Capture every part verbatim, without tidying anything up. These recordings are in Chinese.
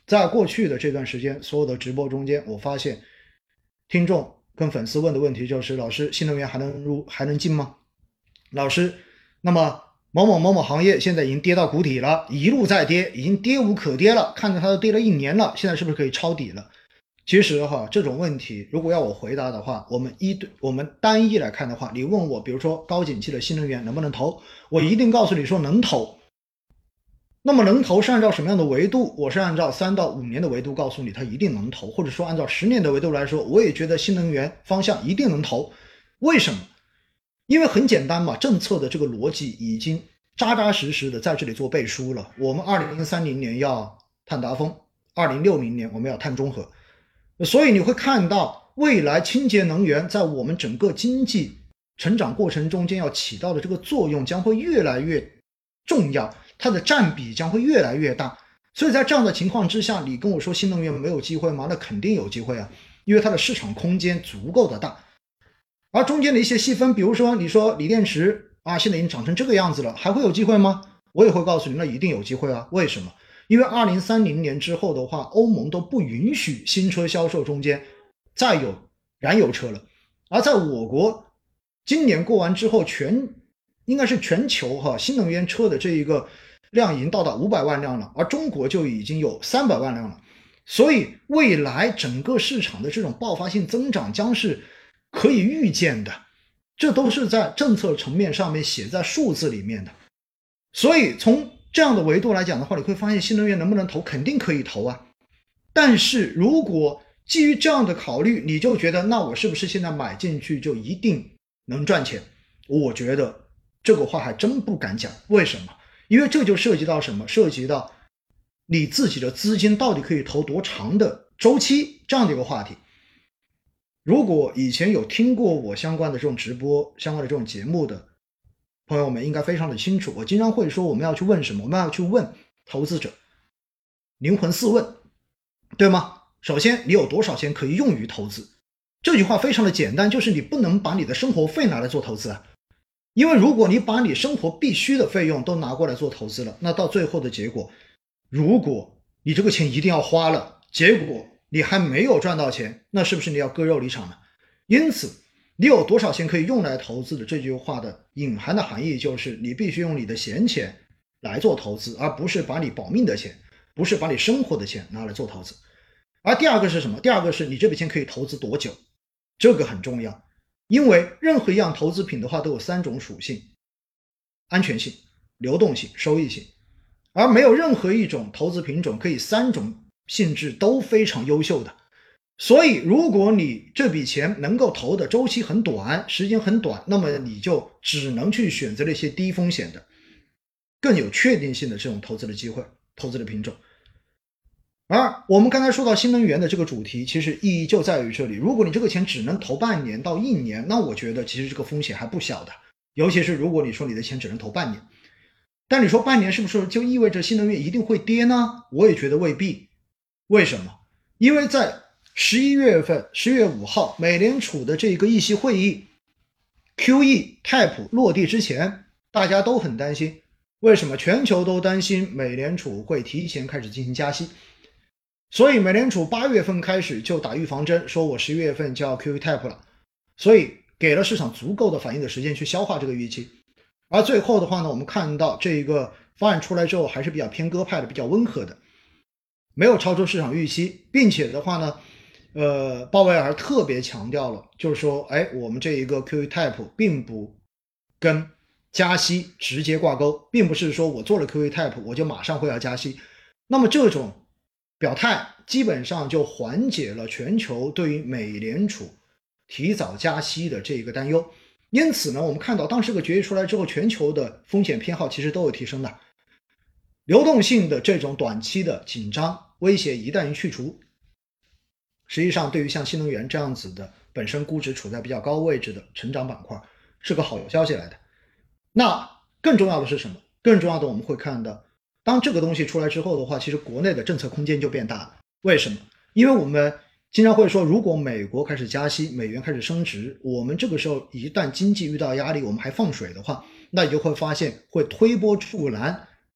在过去的这段时间，所有的直播中间，我发现听众跟粉丝问的问题就是：老师，新能源还能入还能进吗？老师，那么某某某某行业现在已经跌到谷底了，一路在跌，已经跌无可跌了，看着它都跌了一年了，现在是不是可以抄底了？其实哈，这种问题如果要我回答的话，我们一对我们单一来看的话，你问我，比如说高景气的新能源能不能投，我一定告诉你说能投。那么能投是按照什么样的维度？我是按照三到五年的维度告诉你，它一定能投，或者说按照十年的维度来说，我也觉得新能源方向一定能投。为什么？因为很简单嘛，政策的这个逻辑已经扎扎实实的在这里做背书了。我们二零三零年要碳达峰，二零六零年我们要碳中和，所以你会看到未来清洁能源在我们整个经济成长过程中间要起到的这个作用将会越来越重要，它的占比将会越来越大。所以在这样的情况之下，你跟我说新能源没有机会吗？那肯定有机会啊，因为它的市场空间足够的大。而中间的一些细分，比如说你说锂电池啊，现在已经长成这个样子了，还会有机会吗？我也会告诉你，那一定有机会啊。为什么？因为二零三零年之后的话，欧盟都不允许新车销售中间再有燃油车了。而在我国，今年过完之后，全应该是全球哈新能源车的这一个量已经到达五百万辆了，而中国就已经有三百万辆了。所以未来整个市场的这种爆发性增长将是可以预见的，这都是在政策层面上面写在数字里面的。所以从这样的维度来讲的话，你会发现新能源能不能投，肯定可以投啊。但是如果基于这样的考虑，你就觉得那我是不是现在买进去就一定能赚钱？我觉得这个话还真不敢讲。为什么？因为这就涉及到什么？涉及到你自己的资金到底可以投多长的周期这样的一个话题。如果以前有听过我相关的这种直播相关的这种节目的朋友们应该非常的清楚，我经常会说我们要去问什么？我们要去问投资者灵魂四问，对吗？首先你有多少钱可以用于投资？这句话非常的简单，就是你不能把你的生活费拿来做投资啊。因为如果你把你生活必须的费用都拿过来做投资了，那到最后的结果，如果你这个钱一定要花了，结果你还没有赚到钱，那是不是你要割肉离场呢？因此你有多少钱可以用来投资的这句话的隐含的含义就是你必须用你的闲钱来做投资，而不是把你保命的钱，不是把你生活的钱拿来做投资。而第二个是什么？第二个是你这笔钱可以投资多久，这个很重要。因为任何一样投资品的话都有三种属性：安全性、流动性、收益性。而没有任何一种投资品种可以三种性质都非常优秀的。所以如果你这笔钱能够投的周期很短，时间很短，那么你就只能去选择那些低风险的更有确定性的这种投资的机会，投资的品种。而我们刚才说到新能源的这个主题，其实意义就在于这里。如果你这个钱只能投半年到一年，那我觉得其实这个风险还不小的，尤其是如果你说你的钱只能投半年。但你说半年是不是就意味着新能源一定会跌呢？我也觉得未必。为什么？因为在十一月份十月五号美联储的这个议息会议 Q E Type 落地之前，大家都很担心。为什么？全球都担心美联储会提前开始进行加息。所以美联储八月份开始就打预防针，说我十一月份就要 Q E Type 了，所以给了市场足够的反应的时间去消化这个预期。而最后的话呢，我们看到这个方案出来之后还是比较偏鸽派的，比较温和的，没有超出市场预期，并且的话呢，呃，鲍威尔特别强调了，就是说，哎，我们这一个 Q E Type 并不跟加息直接挂钩，并不是说我做了 Q E Type 我就马上会要加息。那么这种表态基本上就缓解了全球对于美联储提早加息的这个担忧。因此呢，我们看到当时个决议出来之后，全球的风险偏好其实都有提升的，流动性的这种短期的紧张威胁一旦去除，实际上对于像新能源这样子的本身估值处在比较高位置的成长板块是个好消息来的。那更重要的是什么？更重要的我们会看到，当这个东西出来之后的话，其实国内的政策空间就变大了。为什么？因为我们经常会说，如果美国开始加息，美元开始升值，我们这个时候一旦经济遇到压力，我们还放水的话，那你就会发现会推波助澜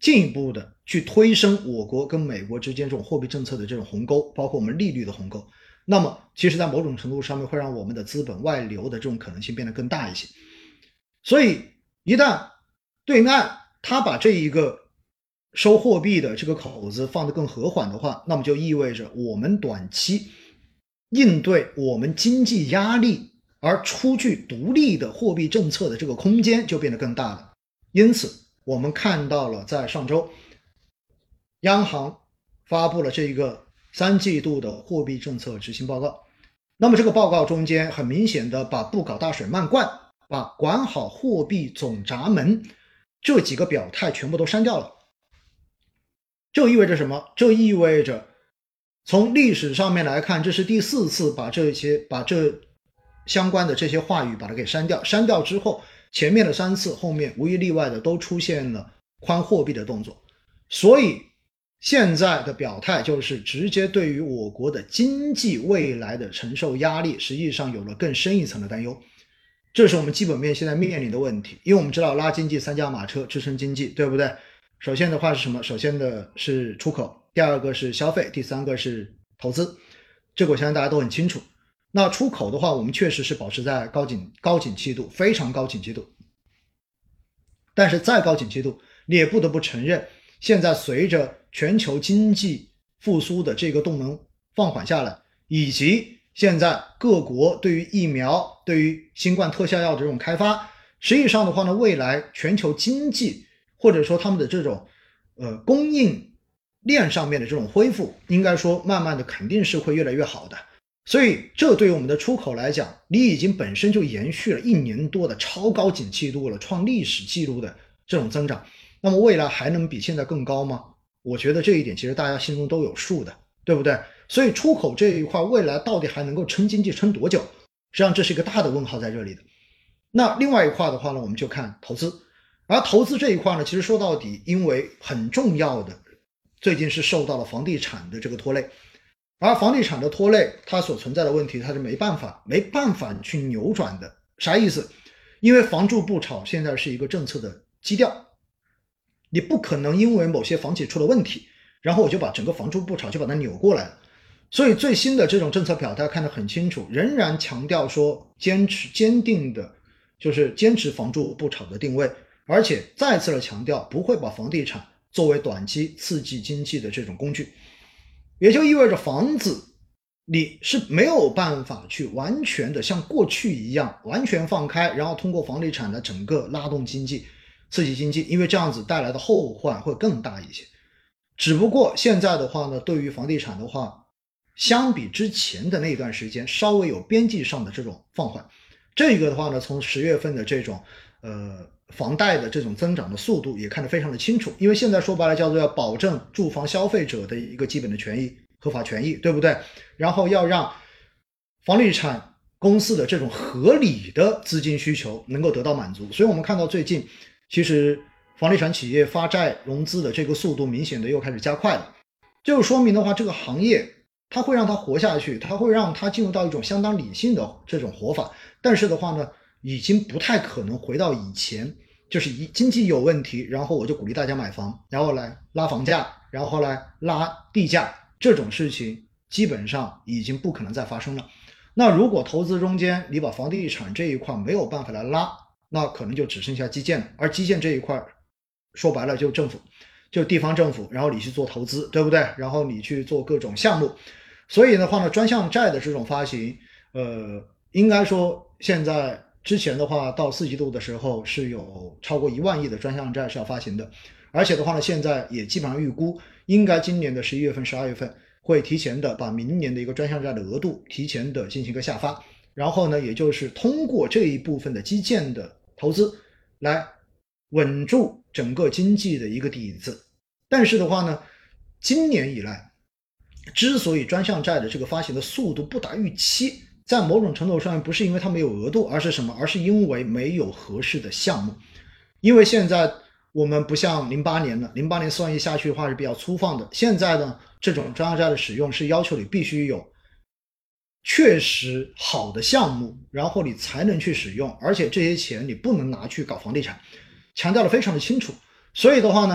进一步的去推升我国跟美国之间这种货币政策的这种鸿沟，包括我们利率的鸿沟。那么其实在某种程度上面会让我们的资本外流的这种可能性变得更大一些。所以一旦对岸他把这一个收货币的这个口子放得更和缓的话，那么就意味着我们短期应对我们经济压力而出具独立的货币政策的这个空间就变得更大了。因此我们看到了在上周央行发布了这一个三季度的货币政策执行报告。那么这个报告中间很明显的把不搞大水漫灌，把管好货币总闸门这几个表态全部都删掉了。这意味着什么？这意味着从历史上面来看，这是第四次把这些把这相关的这些话语把它给删掉。删掉之后，前面的三次后面无一例外的都出现了宽货币的动作。所以现在的表态就是直接对于我国的经济未来的承受压力实际上有了更深一层的担忧。这是我们基本面现在面临的问题。因为我们知道拉经济三驾马车支撑经济，对不对？首先的话是什么？首先的是出口，第二个是消费，第三个是投资。这个我相信大家都很清楚。那出口的话，我们确实是保持在高景高景气度，非常高景气度。但是再高景气度，你也不得不承认，现在随着全球经济复苏的这个动能放缓下来，以及现在各国对于疫苗、对于新冠特效药的这种开发，实际上的话呢，未来全球经济或者说他们的这种呃供应链上面的这种恢复，应该说慢慢的肯定是会越来越好的。所以这对于我们的出口来讲，你已经本身就延续了一年多的超高景气度了，创历史记录的这种增长。那么未来还能比现在更高吗？我觉得这一点其实大家心中都有数的，对不对？所以出口这一块未来到底还能够撑经济撑多久，实际上这是一个大的问号在这里的。那另外一块的话呢，我们就看投资。而投资这一块呢，其实说到底因为很重要的最近是受到了房地产的这个拖累。而房地产的拖累它所存在的问题，它是没办法没办法去扭转的。啥意思？因为房住不炒现在是一个政策的基调，你不可能因为某些房企出了问题，然后我就把整个房住不炒就把它扭过来了。所以最新的这种政策表态看得很清楚，仍然强调说坚持坚定的就是坚持房住不炒的定位，而且再次的强调不会把房地产作为短期刺激经济的这种工具。也就意味着房子你是没有办法去完全的像过去一样完全放开，然后通过房地产的整个拉动经济刺激经济，因为这样子带来的后患会更大一些。只不过现在的话呢，对于房地产的话，相比之前的那段时间稍微有边际上的这种放缓。这个的话呢，从十月份的这种呃房贷的这种增长的速度也看得非常的清楚。因为现在说白了叫做要保证住房消费者的一个基本的权益，合法权益，对不对？然后要让房地产公司的这种合理的资金需求能够得到满足。所以我们看到最近其实房地产企业发债融资的这个速度明显的又开始加快了。就说明的话，这个行业它会让它活下去，它会让它进入到一种相当理性的这种活法。但是的话呢，已经不太可能回到以前，就是经济有问题，然后我就鼓励大家买房，然后来拉房价，然后来拉地价，这种事情基本上已经不可能再发生了。那如果投资中间你把房地产这一块没有办法来拉，那可能就只剩下基建了。而基建这一块说白了就政府，就地方政府，然后你去做投资，对不对？然后你去做各种项目。所以的话呢，专项债的这种发行，呃，应该说现在之前的话到四季度的时候是有超过一万亿的专项债是要发行的。而且的话呢，现在也基本上预估应该今年的十一月份十二月份会提前的把明年的一个专项债的额度提前的进行一个下发，然后呢也就是通过这一部分的基建的投资来稳住整个经济的一个底子。但是的话呢，今年以来之所以专项债的这个发行的速度不达预期，在某种程度上不是因为它没有额度，而是什么？而是因为没有合适的项目。因为现在我们不像零八年了，零八年四万亿下去的话是比较粗放的。现在呢，这种专项债的使用是要求你必须有确实好的项目，然后你才能去使用，而且这些钱你不能拿去搞房地产，强调的非常的清楚。所以的话呢，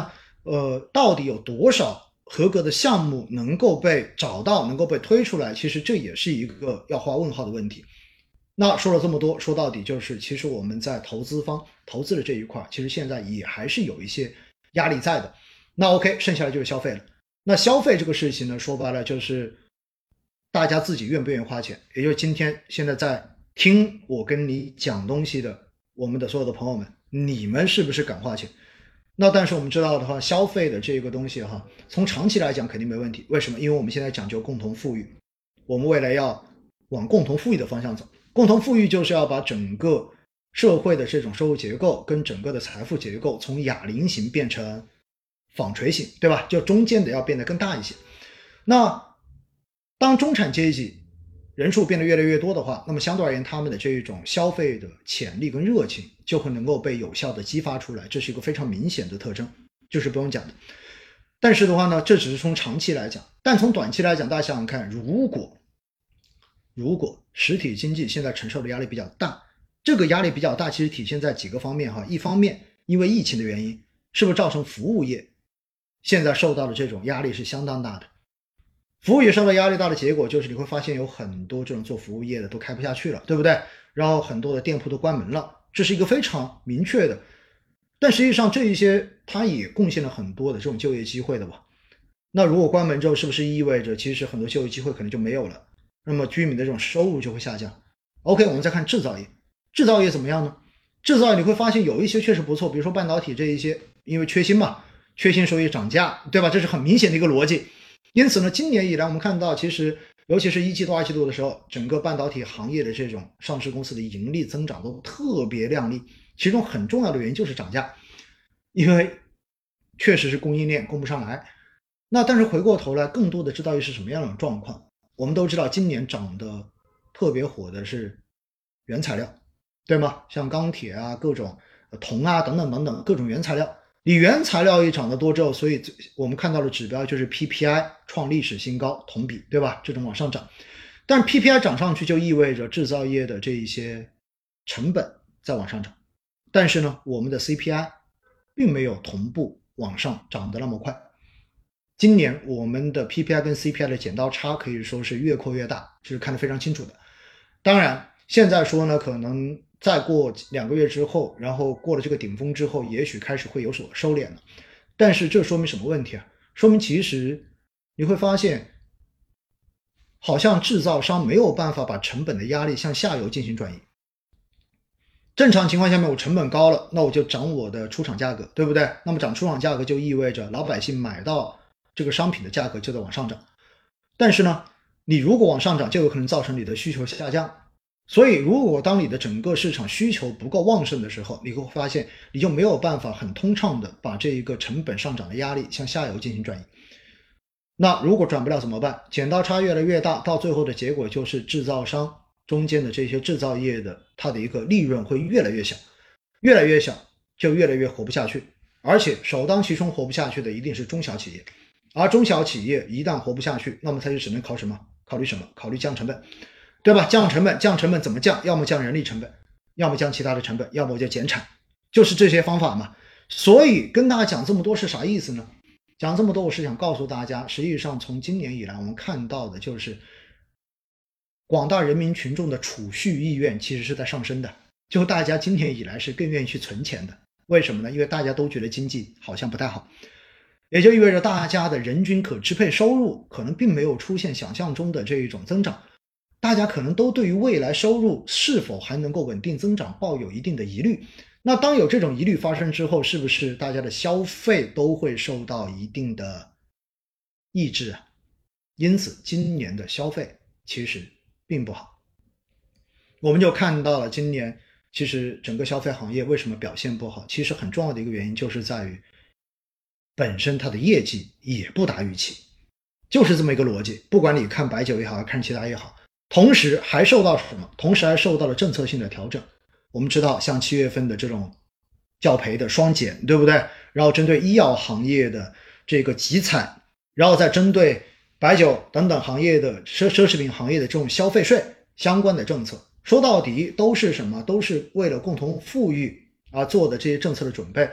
呃，到底有多少合格的项目能够被找到，能够被推出来，其实这也是一个要画问号的问题。那说了这么多，说到底就是其实我们在投资方投资的这一块，其实现在也还是有一些压力在的。那 OK， 剩下来就是消费了。那消费这个事情呢，说白了就是大家自己愿不愿意花钱，也就是今天现在在听我跟你讲东西的我们的所有的朋友们，你们是不是敢花钱？那但是我们知道的话，消费的这个东西哈，从长期来讲肯定没问题。为什么？因为我们现在讲究共同富裕，我们未来要往共同富裕的方向走。共同富裕就是要把整个社会的这种收入结构跟整个的财富结构从哑铃型变成纺锤型，对吧？就中间的要变得更大一些。那当中产阶级人数变得越来越多的话，那么相对而言，他们的这一种消费的潜力跟热情就会能够被有效的激发出来，这是一个非常明显的特征，就是不用讲的。但是的话呢，这只是从长期来讲，但从短期来讲，大家想想看，如果如果实体经济现在承受的压力比较大，这个压力比较大，其实体现在几个方面哈。一方面，因为疫情的原因，是不是造成服务业现在受到的这种压力是相当大的？服务业受到压力大的结果就是你会发现有很多这种做服务业的都开不下去了，对不对？然后很多的店铺都关门了，这是一个非常明确的。但实际上这一些它也贡献了很多的这种就业机会的吧。那如果关门之后，是不是意味着其实很多就业机会可能就没有了？那么居民的这种收入就会下降。 OK， 我们再看制造业，制造业怎么样呢？制造业你会发现有一些确实不错，比如说半导体这一些，因为缺芯嘛，缺芯所以涨价，对吧？这是很明显的一个逻辑。因此呢，今年以来我们看到其实尤其是一季度二季度的时候，整个半导体行业的这种上市公司的盈利增长都特别亮丽，其中很重要的原因就是涨价，因为确实是供应链供不上来。那但是回过头来，更多的制造业是什么样的状况？我们都知道今年涨得特别火的是原材料，对吗？像钢铁啊，各种铜啊等等等等各种原材料，你原材料一涨得多之后，所以我们看到的指标就是 P P I 创历史新高，同比，对吧？这种往上涨。但 P P I 涨上去就意味着制造业的这一些成本在往上涨，但是呢，我们的 C P I 并没有同步往上涨得那么快。今年我们的 P P I 跟 C P I 的剪刀差可以说是越扩越大，这是看得非常清楚的。当然现在说呢，可能再过两个月之后，然后过了这个顶峰之后，也许开始会有所收敛了。但是这说明什么问题啊？说明其实你会发现，好像制造商没有办法把成本的压力向下游进行转移。正常情况下面，我成本高了，那我就涨我的出厂价格，对不对？那么涨出厂价格就意味着老百姓买到这个商品的价格就在往上涨。但是呢，你如果往上涨，就有可能造成你的需求下降。所以如果当你的整个市场需求不够旺盛的时候，你会发现你就没有办法很通畅的把这一个成本上涨的压力向下游进行转移。那如果转不了怎么办？剪刀差越来越大，到最后的结果就是制造商中间的这些制造业的它的一个利润会越来越小，越来越小就越来越活不下去。而且首当其冲活不下去的一定是中小企业，而中小企业一旦活不下去，那么它就只能考什么？考虑什么？考虑降成本，对吧？降成本，降成本怎么降？要么降人力成本，要么降其他的成本，要么就减产，就是这些方法嘛。所以跟大家讲这么多是啥意思呢？讲这么多我是想告诉大家，实际上从今年以来我们看到的就是广大人民群众的储蓄意愿其实是在上升的，就大家今年以来是更愿意去存钱的。为什么呢？因为大家都觉得经济好像不太好，也就意味着大家的人均可支配收入可能并没有出现想象中的这一种增长，大家可能都对于未来收入是否还能够稳定增长抱有一定的疑虑。那当有这种疑虑发生之后，是不是大家的消费都会受到一定的抑制啊？因此今年的消费其实并不好。我们就看到了今年其实整个消费行业为什么表现不好，其实很重要的一个原因就是在于本身它的业绩也不达预期，就是这么一个逻辑。不管你看白酒也好，看其他也好，同时还受到什么？同时还受到了政策性的调整。我们知道像七月份的这种教培的双减，对不对？然后针对医药行业的这个集采，然后再针对白酒等等行业的奢奢侈品行业的这种消费税相关的政策，说到底都是什么？都是为了共同富裕而做的这些政策的准备。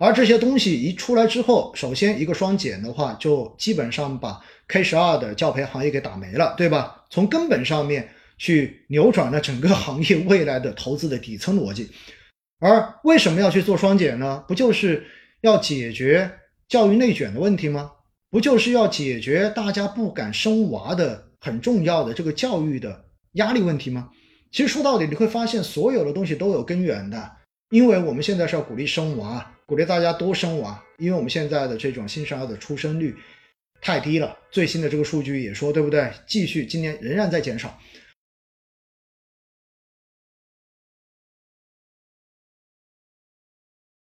而这些东西一出来之后，首先一个双减的话，就基本上把 K 十二 的教培行业给打没了，对吧？从根本上面去扭转了整个行业未来的投资的底层逻辑。而为什么要去做双减呢？不就是要解决教育内卷的问题吗？不就是要解决大家不敢生娃的很重要的这个教育的压力问题吗？其实说到底，你会发现所有的东西都有根源的，因为我们现在是要鼓励生娃，鼓励大家多生娃，因为我们现在的这种新生儿的出生率太低了，最新的这个数据也说，对不对？继续今年仍然在减少。